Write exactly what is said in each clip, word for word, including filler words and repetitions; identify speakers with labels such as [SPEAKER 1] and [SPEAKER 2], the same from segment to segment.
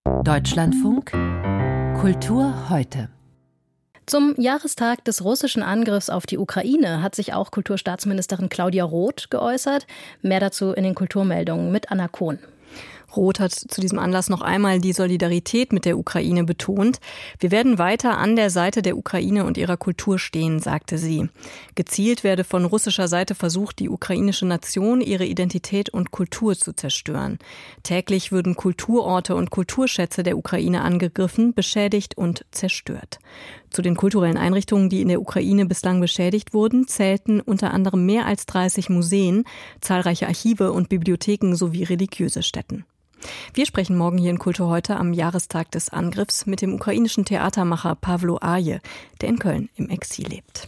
[SPEAKER 1] Deutschlandfunk Kultur heute.
[SPEAKER 2] Zum Jahrestag des russischen Angriffs auf die Ukraine hat sich auch Kulturstaatsministerin Claudia Roth geäußert. Mehr dazu in den Kulturmeldungen mit Anna Kohn.
[SPEAKER 3] Roth hat zu diesem Anlass noch einmal die Solidarität mit der Ukraine betont. Wir werden weiter an der Seite der Ukraine und ihrer Kultur stehen, sagte sie. Gezielt werde von russischer Seite versucht, die ukrainische Nation, ihre Identität und Kultur zu zerstören. Täglich würden Kulturorte und Kulturschätze der Ukraine angegriffen, beschädigt und zerstört. Zu den kulturellen Einrichtungen, die in der Ukraine bislang beschädigt wurden, zählten unter anderem mehr als dreißig Museen, zahlreiche Archive und Bibliotheken sowie religiöse Stätten. Wir sprechen morgen hier in Kultur heute am Jahrestag des Angriffs mit dem ukrainischen Theatermacher Pawlo Arje, der in Köln im Exil lebt.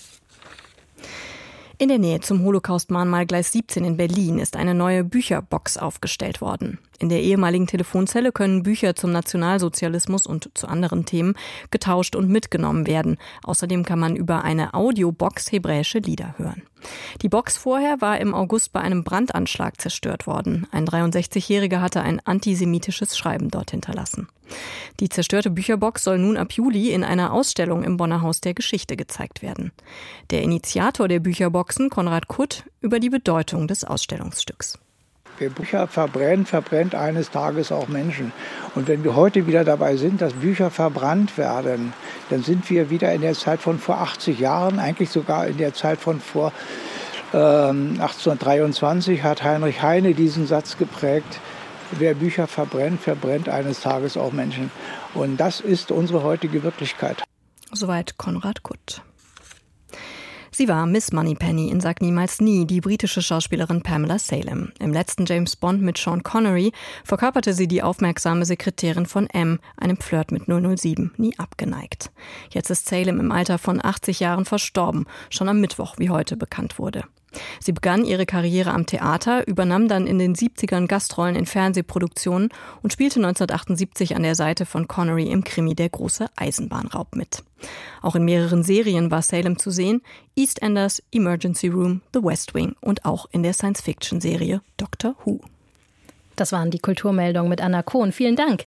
[SPEAKER 3] In der Nähe zum Holocaust-Mahnmal Gleis siebzehn in Berlin ist eine neue Bücherbox aufgestellt worden. In der ehemaligen Telefonzelle können Bücher zum Nationalsozialismus und zu anderen Themen getauscht und mitgenommen werden. Außerdem kann man über eine Audiobox hebräische Lieder hören. Die Box vorher war im August bei einem Brandanschlag zerstört worden. Ein dreiundsechzigjähriger hatte ein antisemitisches Schreiben dort hinterlassen. Die zerstörte Bücherbox soll nun ab Juli in einer Ausstellung im Bonner Haus der Geschichte gezeigt werden. Der Initiator der Bücherboxen, Konrad Kutt, über die Bedeutung des Ausstellungsstücks.
[SPEAKER 4] Wer Bücher verbrennt, verbrennt eines Tages auch Menschen. Und wenn wir heute wieder dabei sind, dass Bücher verbrannt werden, dann sind wir wieder in der Zeit von vor achtzig Jahren, eigentlich sogar in der Zeit von vor ähm, achtzehnhundertdreiundzwanzig hat Heinrich Heine diesen Satz geprägt: Wer Bücher verbrennt, verbrennt eines Tages auch Menschen. Und das ist unsere heutige Wirklichkeit.
[SPEAKER 3] Soweit Konrad Kutt. Sie war Miss Moneypenny in Sag niemals nie, die britische Schauspielerin Pamela Salem. Im letzten James Bond mit Sean Connery verkörperte sie die aufmerksame Sekretärin von M, einem Flirt mit null null sieben, nie abgeneigt. Jetzt ist Salem im Alter von achtzig Jahren verstorben, schon am Mittwoch, wie heute bekannt wurde. Sie begann ihre Karriere am Theater, übernahm dann in den siebzigern Gastrollen in Fernsehproduktionen und spielte neunzehnhundertachtundsiebzig an der Seite von Connery im Krimi Der große Eisenbahnraub mit. Auch in mehreren Serien war Salem zu sehen: EastEnders, Emergency Room, The West Wing und auch in der Science-Fiction-Serie Doctor Who.
[SPEAKER 2] Das waren die Kulturmeldungen mit Anna Kohn. Vielen Dank.